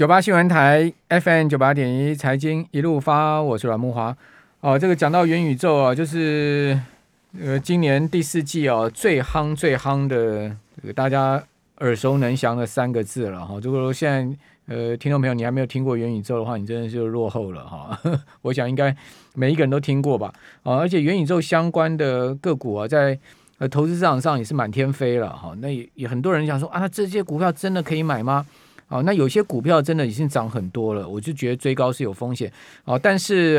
98新闻台 FM 98.1财经一路发，我是阮慕骅。这个讲到元宇宙啊，就是今年第4季最夯的大家耳熟能详的3个字了哈。如果现在听众朋友你还没有听过元宇宙的话，你真的就落后了哈。我想应该每一个人都听过吧。而且元宇宙相关的个股啊，在投资市场上也是满天飞了哈。那也很多人想说啊，那这些股票真的可以买吗？那有些股票真的已经涨很多了，我就觉得追高是有风险。但是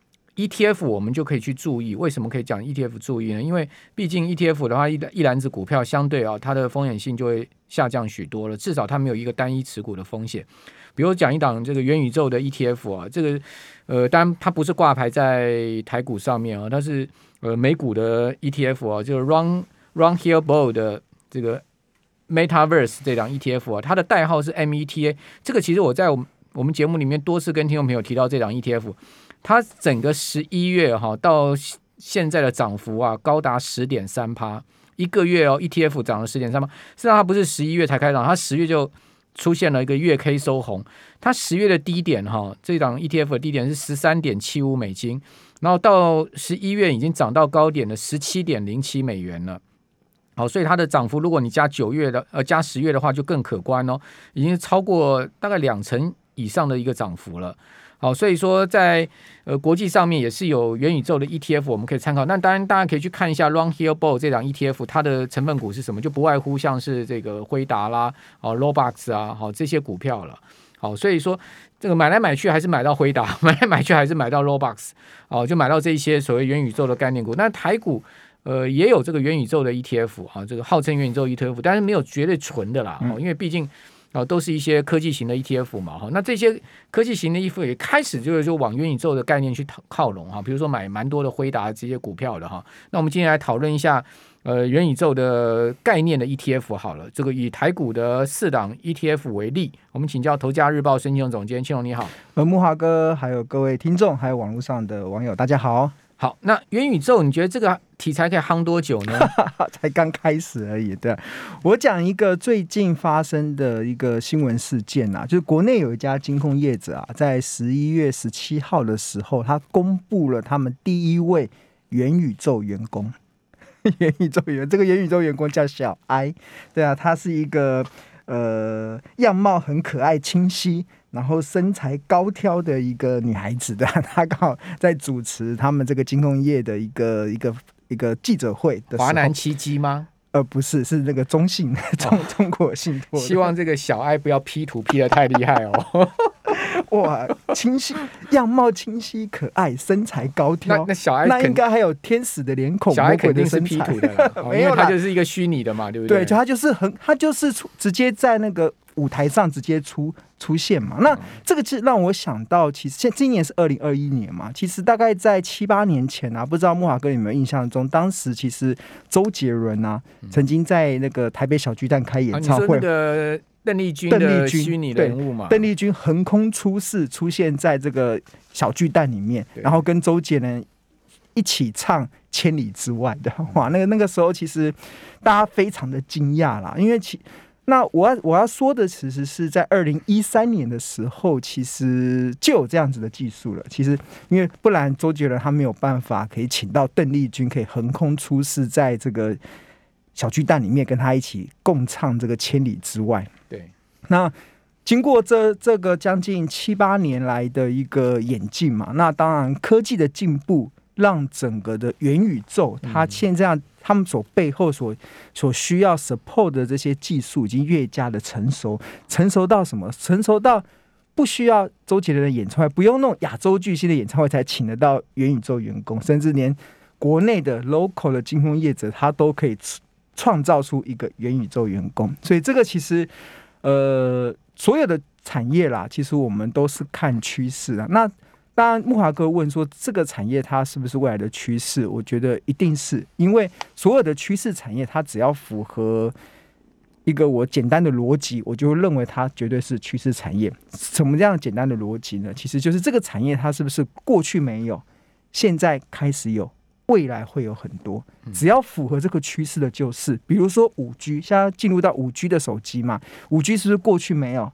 ETF 我们就可以去注意。为什么可以讲 ETF 注意呢？因为毕竟 ETF 的话，一篮子股票相对它的风险性就会下降许多了，至少它没有一个单一持股的风险。比如讲一档这个元宇宙的 ETF 啊，这个当然它不是挂牌在台股上面它是美股的 ETF 就是 Run Here Bull 的这个Metaverse 这档 ETF 它的代号是 META。 这个其实我在我们节目里面多次跟听众朋友提到这档 ETF， 它整个11月到现在的涨幅高达 10.3%， 一个月ETF 涨了 10.3%。 实际上它不是11月才开涨，它10月就出现了一个月 K 收红。它10月的低点这档 ETF 的低点是 13.75 美金，然后到11月已经涨到高点的 17.07 美元了。好，所以它的涨幅，如果你加9月的加10月的话，就更可观已经超过大概2成以上的一个涨幅了。好，所以说在国际上面也是有元宇宙的 ETF 我们可以参考。那当然大家可以去看一下 Run Here Bull 这档 ETF， 它的成分股是什么，就不外乎像是这个辉达啦、Roblox 啊，这些股票了。好，所以说这个买来买去还是买到辉达，买来买去还是买到 Roblox， 就买到这些所谓元宇宙的概念股。那台股也有这个元宇宙的 ETF 这个号称元宇宙 ETF， 但是没有绝对纯的啦，因为毕竟都是一些科技型的 ETF 嘛，那这些科技型的 ETF 也开始就是往元宇宙的概念去靠拢比如说买蛮多的辉达这些股票的那我们今天来讨论一下元宇宙的概念的 ETF 好了。这个以台股的4档 ETF 为例，我们请教头家日报孙庆荣总监。庆荣你好。 慕骅哥，还有各位听众，还有网络上的网友，大家好。 好，那元宇宙你觉得这个题材可以夯多久呢？ 才刚开始而已。对，我讲一个最近发生的一个新闻事件就是国内有一家金控业者在11月17号的时候，他公布了他们第一位元宇宙员工。这个元宇宙员工叫小 I， 对啊，他是一个样貌很可爱清晰，然后身材高挑的一个女孩子的，她刚好在主持他们这个金控业的一个记者会的时候。 华南七基吗？ 不是，是那个中信中国信托。 希望这个小爱不要 P 图 P 得太厉害哇，清晰，样貌清晰可爱，身材高挑。 那小爱那应该还有天使的脸孔， 小爱肯定是 P 图的啦没有啦， 因为他就是一个虚拟的嘛，对不对？ 对，就他就是直接在那个舞台上直接出现嘛。那这个是让我想到，其实今年是2021年嘛，其实大概在7、8年前不知道慕骅哥有没有印象中，当时其实周杰伦曾经在那个台北小巨蛋开演唱会。 你说那个邓丽君的虚拟人物嘛？ 邓丽君横空出世，出现在这个小巨蛋里面，然后跟周杰伦一起唱《千里之外》的。哇，那个时候其实大家非常的惊讶啦，因为那我要说的其实是在2013年的时候，其实就有这样子的技术了。其实因为不然周杰伦他没有办法可以请到邓丽君可以横空出世在这个小巨蛋里面跟他一起共唱这个《千里之外》。 对，那经过这个将近7、8年来的一个演进嘛，那当然科技的进步让整个的元宇宙它现在他们背后所需要 support 的这些技术已经越加的成熟到什么？成熟到不需要周杰伦的演唱会，不用那种亚洲巨星的演唱会才请得到元宇宙员工，甚至连国内的 local 的金融业者他都可以创造出一个元宇宙员工。所以这个其实所有的产业啦，其实我们都是看趋势啦。那当然慕骅哥问说这个产业它是不是未来的趋势，我觉得一定是，因为所有的趋势产业它只要符合一个我简单的逻辑，我就认为它绝对是趋势产业。什么样简单的逻辑呢？其实就是这个产业它是不是过去没有，现在开始有，未来会有很多，只要符合这个趋势的就是比如说 5G， 现在进入到 5G 的手机嘛， 5G 是不是过去没有，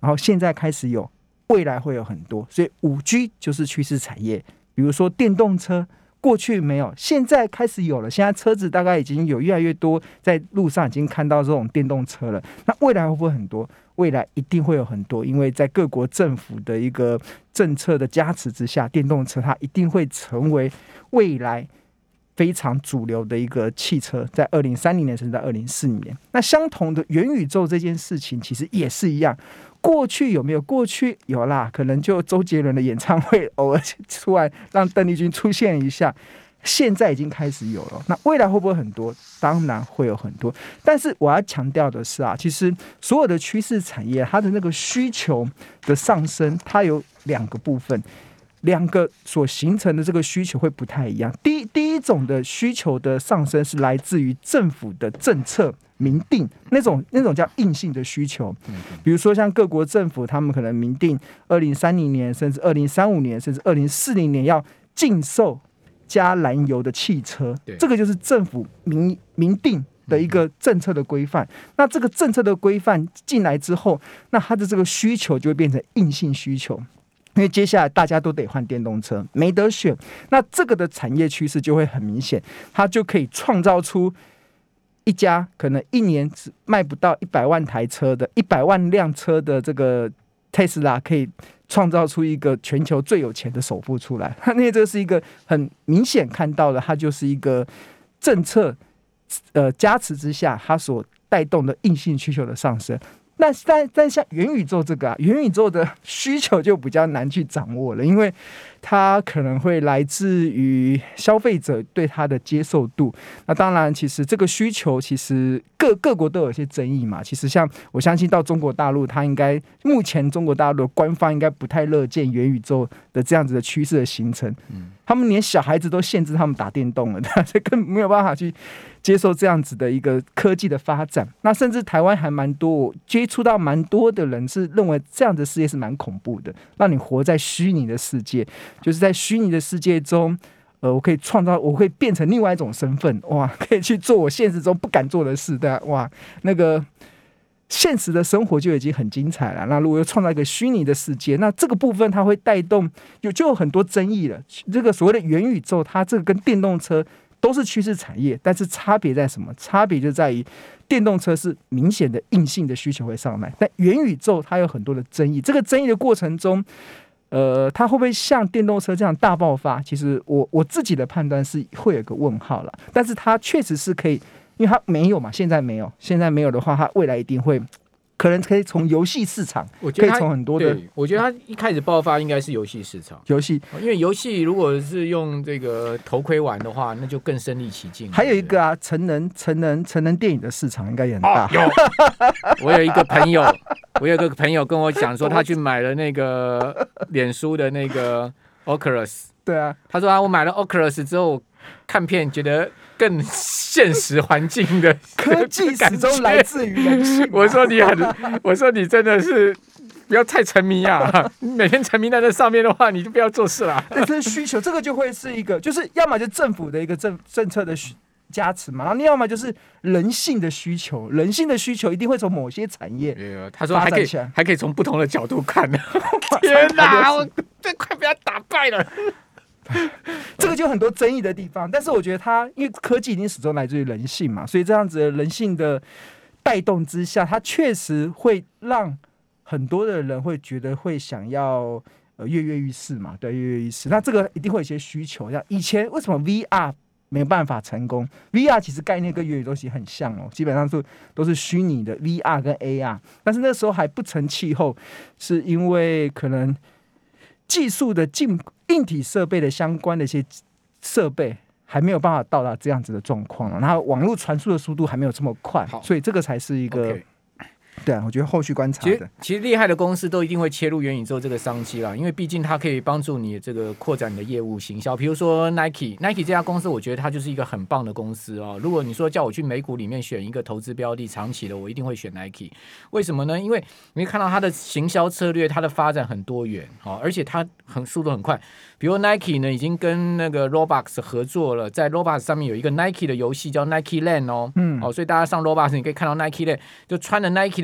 然后现在开始有，未来会有很多，所以5G 就是趋势产业。比如说电动车，过去没有，现在开始有了。现在车子大概已经有越来越多，在路上已经看到这种电动车了。那未来会不会很多？未来一定会有很多，因为在各国政府的一个政策的加持之下，电动车它一定会成为未来非常主流的一个汽车，在2030年甚至在2040年。那相同的元宇宙这件事情，其实也是一样。过去有没有？过去有啦，可能就周杰伦的演唱会偶尔突然让邓丽君出现一下，现在已经开始有了。那未来会不会很多？当然会有很多。但是我要强调的是啊，其实所有的趋势产业，它的那个需求的上升，它有2个部分。2个所形成的这个需求会不太一样。第一种的需求的上升是来自于政府的政策明定，那种叫硬性的需求。比如说像各国政府，他们可能明定2030年，甚至2035年，甚至2040年要禁售加燃油的汽车，这个就是政府明定的一个政策的规范。那这个政策的规范进来之后，那它的这个需求就会变成硬性需求。因为接下来大家都得换电动车，没得选，那这个的产业趋势就会很明显，它就可以创造出一家可能1年只卖不到100万台车的100万辆车的这个 Tesla， 可以创造出一个全球最有钱的首富出来。那这是一个很明显看到的，它就是一个政策加持之下，它所带动的硬性需求的上升。但像元宇宙这个元宇宙的需求就比较难去掌握了，因为它可能会来自于消费者对它的接受度。那当然，其实这个需求其实各国都有一些争议嘛。其实像我相信到中国大陆，它应该目前中国大陆的官方应该不太乐见元宇宙的这样子的趋势的形成。他们连小孩子都限制他们打电动了，所以根本没有办法去接受这样子的一个科技的发展。那甚至台湾还蛮多，我接触到蛮多的人是认为这样的世界是蛮恐怖的，让你活在虚拟的世界，就是在虚拟的世界中，我可以创造，我可以变成另外一种身份，哇，可以去做我现实中不敢做的事，对啊，哇，那个现实的生活就已经很精彩了。那如果又创造一个虚拟的世界，那这个部分它会带动就有很多争议了。这个所谓的元宇宙，它这个跟电动车都是趋势产业，但是差别在什么？差别就在于电动车是明显的硬性的需求会上来，但元宇宙它有很多的争议。这个争议的过程中，它会不会像电动车这样大爆发？其实我自己的判断是会有个问号了。但是它确实是可以，因为它没有嘛，现在没有的话，它未来一定会。可能可以从游戏市场，可以从很多的， 我觉得它一开始爆发应该是游戏市场，因为游戏如果是用这个头盔玩的话，那就更身临其境。 还有一个啊，成人电影的市场应该也很大。 我有一个朋友跟我讲说，他去买了那个脸书的那个 Oculus， 对啊， 他说我买了 Oculus 之后看片觉得更现实环境的科技始终来自于人性。 我说你真的是不要太沉迷啊！你每天沉迷在那上面的话，你就不要做事了。 这是需求，这个就会是一个，就是要么就政府的一个政策的加持嘛，然后要么就是人性的需求，人性的需求一定会从某些产业。 他说还可以从不同的角度看呢。天哪，我这快被他打败了。 这个就很多争议的地方，但是我觉得它因为科技已经始终来自于人性嘛，所以这样子的人性的带动之下，它确实会让很多的人会觉得会想要跃跃欲试嘛，对，跃跃欲试。那这个一定会有一些需求，像以前为什么 VR 没有办法成功 ？VR 其实概念跟元宇宙其实很像哦，基本上都是虚拟的 VR 跟 AR， 但是那时候还不成气候，是因为可能技术的硬体设备的相关的一些设备还没有办法到达这样子的状况，然后网络传输的速度还没有这么快，所以这个才是一个。对啊，我觉得后续观察的， 其实厉害的公司都一定会切入元宇宙这个商机啦，因为毕竟它可以帮助你这个扩展你的业务行销。比如说 Nike 这家公司，我觉得它就是一个很棒的公司哦。如果你说叫我去美股里面选一个投资标的长期的，我一定会选 Nike。为什么呢？因为你会看到它的行销策略，它的发展很多元，而且它速度很快。比如 Nike 呢，已经跟那个 Roblox 合作了，在 Roblox 上面有一个 Nike 的游戏叫 Nike Land 哦，所以大家上 Roblox 你可以看到 Nike Land 就穿了 Nike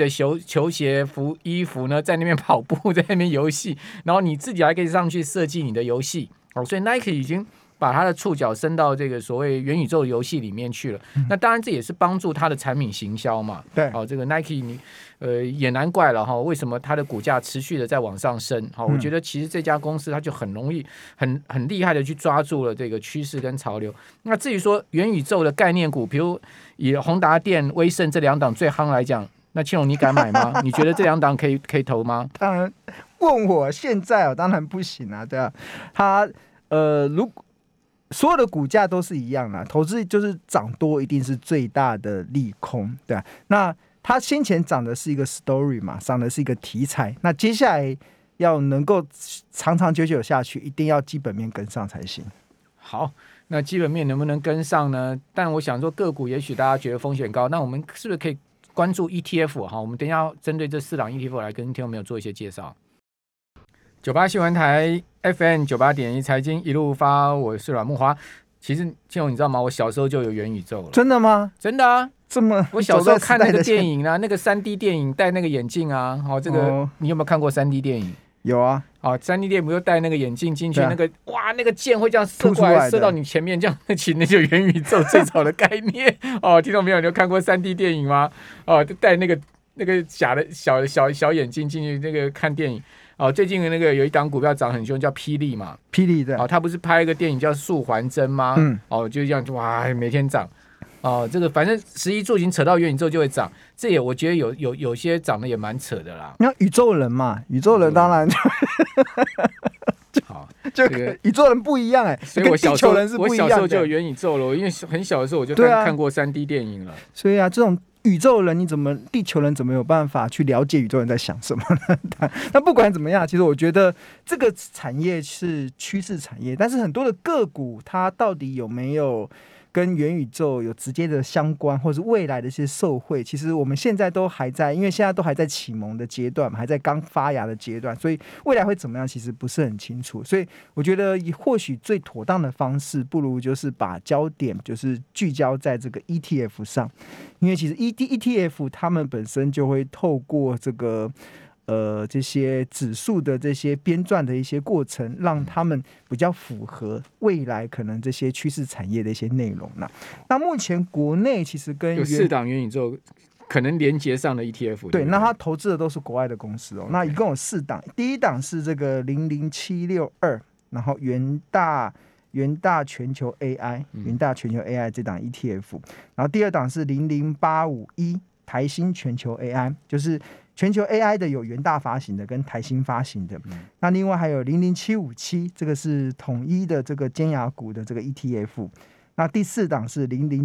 的球鞋衣服呢，在那边跑步，在那边游戏，然后你自己还可以上去设计你的游戏所以 Nike 已经把它的触角伸到这个所谓元宇宙游戏里面去了。那当然这也是帮助它的产品行销嘛。 对， 这个 Nike 也难怪了为什么它的股价持续的在往上升。我觉得其实这家公司它就很容易很厉害的去抓住了这个趋势跟潮流。那至于说元宇宙的概念股，比如以宏达电、威盛这2档最夯来讲，那庆荣你敢买吗？你觉得这2档可以投吗？ 当然，问我现在当然不行啊，对啊，它如果所有的股价都是一样啦，投资就是涨多一定是最大的利空，对啊。那它先前涨的是一个 story 嘛，涨的是一个题材，那接下来要能够长长久久下去，一定要基本面跟上才行。 好，那基本面能不能跟上呢？但我想说个股也许大家觉得风险高，那我们是不是可以关注 ETF 我们等一下针对这4档 ETF 来跟听众朋友做一些介绍。98新闻台 FM 98.1财经一路发，我是阮慕骅。其实庆荣你知道吗？我小时候就有元宇宙了。 真的吗？ 真的啊！ 这么我小时候看那个电影啊，那个3D 电影戴那个眼镜啊，这个你有没有看过3D 电影？ 有啊。 3D 电影不就戴那个眼镜进去，那个哇，那个箭会这样射过来，射到你前面，这样其实那就元宇宙最早的概念听众朋友，你有看过3D 电影吗？就戴那个假的小眼镜进去那个看电影。最近的那个有一档股票涨很凶，叫霹雳嘛。 霹雳的他不是拍一个电影叫《素还真》吗？就这样哇，每天涨。这个反正11住行扯到元宇宙就会涨，这也我觉得有些涨得也蛮扯的啦。 那宇宙人嘛，宇宙人当然好，就宇宙人不一样所以我小时候就有人是不一样的。 元宇宙了，因为很小的时候我就看过3D 电影了。 所以这种宇宙人地球人怎么有办法去了解宇宙人在想什么呢？那不管怎么样，其实我觉得这个产业是趋势产业，但是很多的个股它到底有没有跟元宇宙有直接的相关，或是未来的一些受惠，其实我们现在都还在，因为现在都还在启蒙的阶段，还在刚发芽的阶段，所以未来会怎么样其实不是很清楚。所以我觉得或许最妥当的方式，不如就是把焦点就是聚焦在这个 ETF 上，因为其实 ETF 他们本身就会透过这个这些指数的这些编撰的一些过程，让他们比较符合未来可能这些趋势产业的一些内容。那目前国内其实跟有4档元宇宙可能连接上的 ETF， 对，那他投资的都是国外的公司那一共有4档，第一档是这个00762，然后元大全球 AI， 元大全球 AI 这档 ETF， 然后第二档是00851台新全球 AI， 就是全球 AI 的有元大发行的跟台新发行的，那另外还有00757，这个是统一的这个尖牙股的这个 ETF。那第4档是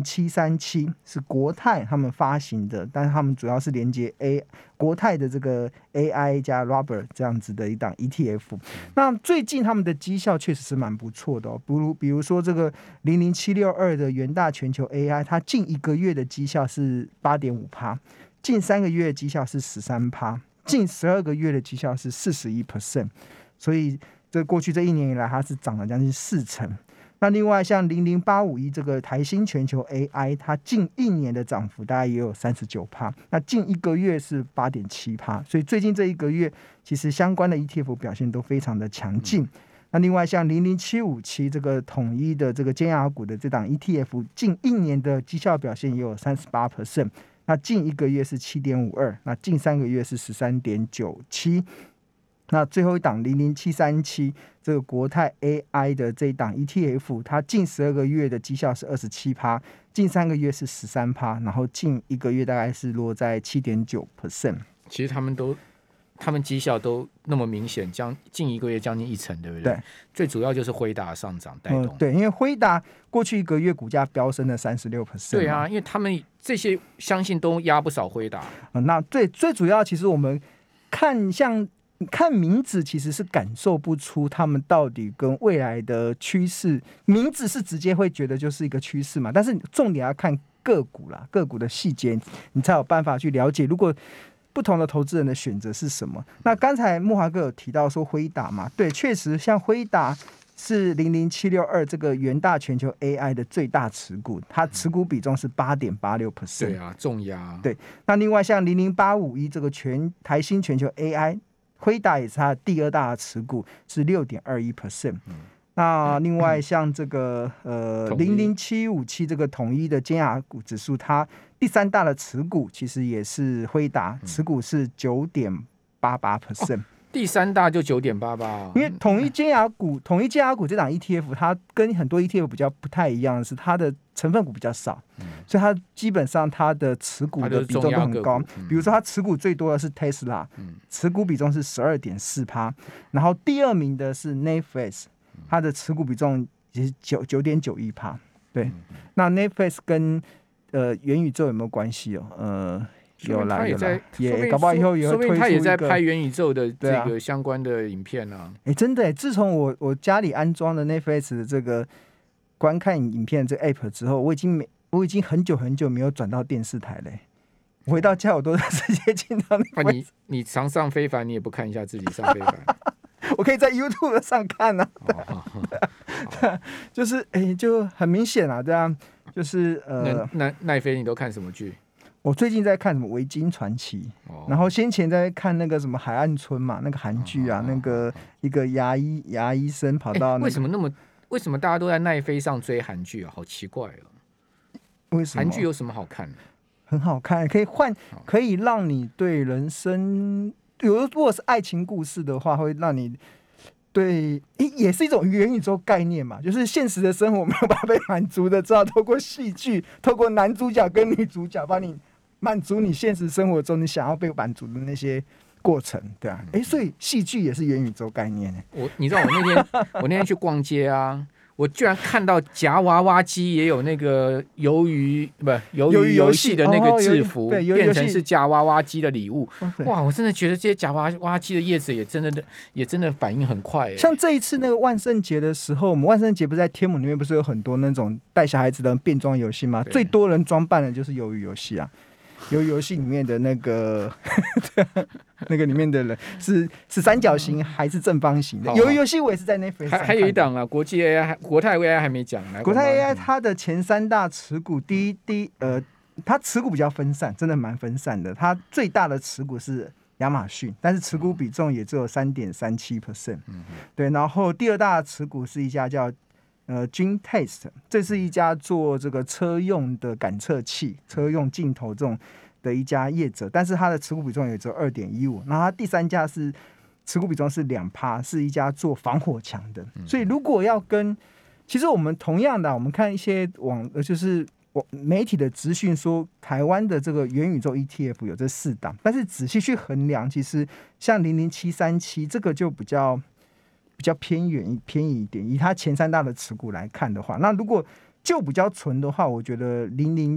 00737，是国泰他们发行的，但是他们主要是连接国泰的这个 AI 加 Rubber 这样子的一档 ETF。那最近他们的绩效确实是蛮不错的比如说这个00762的元大全球 AI， 它近1个月的绩效是 8.5%， 近3个月的绩效是 13%， 近12个月的绩效是 41%， 所以这过去这1年以来它是涨了将近40%。那另外像00851这个台新全球 AI， 它近1年的涨幅大概也有 39%， 那近1个月是 8.7%， 所以最近这1个月其实相关的 ETF 表现都非常的强劲。那另外像00757这个统一的这个尖牙股的这档 ETF， 近1年的绩效表现也有 38%， 那近1个月是 7.52%， 那近3个月是 13.97%。那最后一档00737这个国泰 AI 的这一档 ETF， 它近12个月的绩效是 27%， 近3个月是 13%， 然后近1个月大概是落在 7.9%。 其实他们绩效都那么明显，近1个月将近1成，对不对？ 对， 最主要就是辉达上涨带动。 对，因为辉达过去1个月股价飙升了 36%。 对啊，因为他们这些相信都压不少辉达。 那最主要其实我们看名字其实是感受不出他们到底跟未来的趋势，名字是直接会觉得就是一个趋势嘛，但是重点要看个股啦，个股的细节你才有办法去了解如果不同的投资人的选择是什么。那刚才慕骅哥有提到说辉达嘛，对，确实像辉达是00762这个元大全球 AI 的最大持股，它持股比重是8.86%。 对啊，重压。 对，那另外像00851这个台新全球 AI， 辉达也是它的第二大的持股，是6.21%。那另外像这个00757这个统一的尖牙股指数，它第三大的持股其实也是辉达，持股是9.88%。 第三大就9.88， 因为统一尖牙股这档 ETF， 它跟很多 ETF 比较不太一样的是，它的成分股比较少，所以它基本上它的持股的比重都很高。比如说它持股最多的是 Tesla，持股比重是12.4%，然后第二名的是 Netflix， 它的持股比重也是9.91%。对，那 Netflix 跟元宇宙有没有关系哦？有啦，也搞不好以后也会推出一个，说不定他也在拍元宇宙的这个相关的影片啊。 真的，自从我家里安装了 Netflix 的这个观看影片这个 app 之后，我已经很久很久没有转到电视台嘞。回到家我都直接进到 Netflix。 你常上非凡，你也不看一下自己上非凡？ 我可以在 YouTube 上看啊。就是就很明显啊，对啊，就是奈飞你都看什么剧？ 我最近在看什么《维京传奇》，然后先前在看那个什么《海岸村》嘛，那个韩剧啊，那个一个牙医生跑到为什么大家都在奈飞上追韩剧啊？好奇怪哦！ 为什么？ 韩剧有什么好看的？ 很好看，可以让你对人生，如果是爱情故事的话，会让你对，也是一种元宇宙概念嘛，就是现实的生活没有办法被满足的，只好透过戏剧，透过男主角跟女主角帮你满足你现实生活中你想要被满足的那些过程，对啊，所以戏剧也是元宇宙概念。 你知道我那天去逛街啊，我居然看到夹娃娃机也有那个鱿鱼游戏的那个制服，变成是夹娃娃机的礼物。哇，我真的觉得这些夹娃娃机的业者也真的反应很快。 像这一次那个万圣节的时候，我们万圣节不是在天母里面不是有很多那种带小孩子的变装游戏吗？最多人装扮的就是鱿鱼游戏啊。鱿鱼游戏里面的那个那个里面的人是三角形还是正方形的？鱿鱼游戏我也是在 Netflix 上看的。 还有一档啊，国泰 AI 还没讲。 国泰 AI 它的前三大持股，它持股比较分散，真的蛮分散的。它最大的持股是亚马逊，但是持股比重也只有3.37%。对，然后第二大的持股是一家叫GeneTest， 这是一家做这个车用的感测器、车用镜头这种的一家业者，但是它的持股比重也只有2.15%。然后它第三家是持股比重是2%，是一家做防火墙的。所以如果要其实我们同样的，我们看一些就是媒体的资讯说，台湾的这个元宇宙 ETF 有这4档，但是仔细去衡量，其实像00737这个就比较偏移一点，以它前三大的持股来看的话，那如果就比较纯的话，我觉得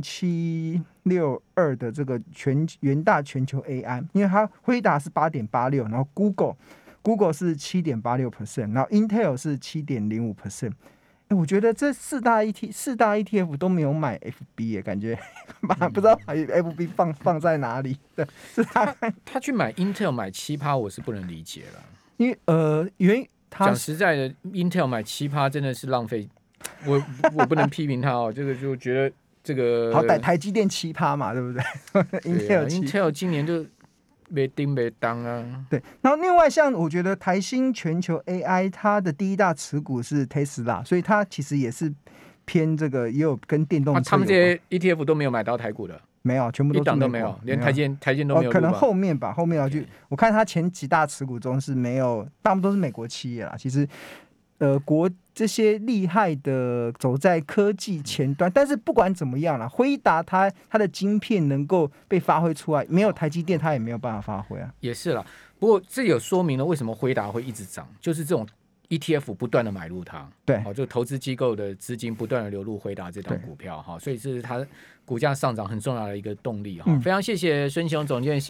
00762的这个元大全球 AI， 因为它辉达是8.86%，然后 Google 是7.86%， 然后 Intel 是7.05%。我觉得这四大 ETF 都没有买 FB 耶，感觉不知道把 FB 放在哪里。对，是他去买 Intel 买7%，我是不能理解了。 因为讲实在的 ，Intel 买7%真的是浪费。我不能批评他哦，这个就觉得这个好歹台积电7%嘛，对不对 ？Intel 今年就没叮没当啊。 对，然后另外像我觉得台新全球 AI 它的第一大持股是 Tesla， 所以它其实也是偏这个，也有跟电动车有关。 他们这些 ETF 都没有买到台股的。 没有，全部都一档都没有，连台积电都没有。 可能后面要去，我看它前几大持股中是没有，大部分都是美国企业啦。其实，这些厉害的走在科技前端，但是不管怎么样啦，辉达它的晶片能够被发挥出来，没有台积电它也没有办法发挥啊。 也是啦，不过这有说明了为什么辉达会一直涨，就是这种 ETF 不断的买入它， 对， 就投资机构的资金不断的流入辉达这档股票，所以这是它股价上涨很重要的一个动力。非常谢谢孙雄总监。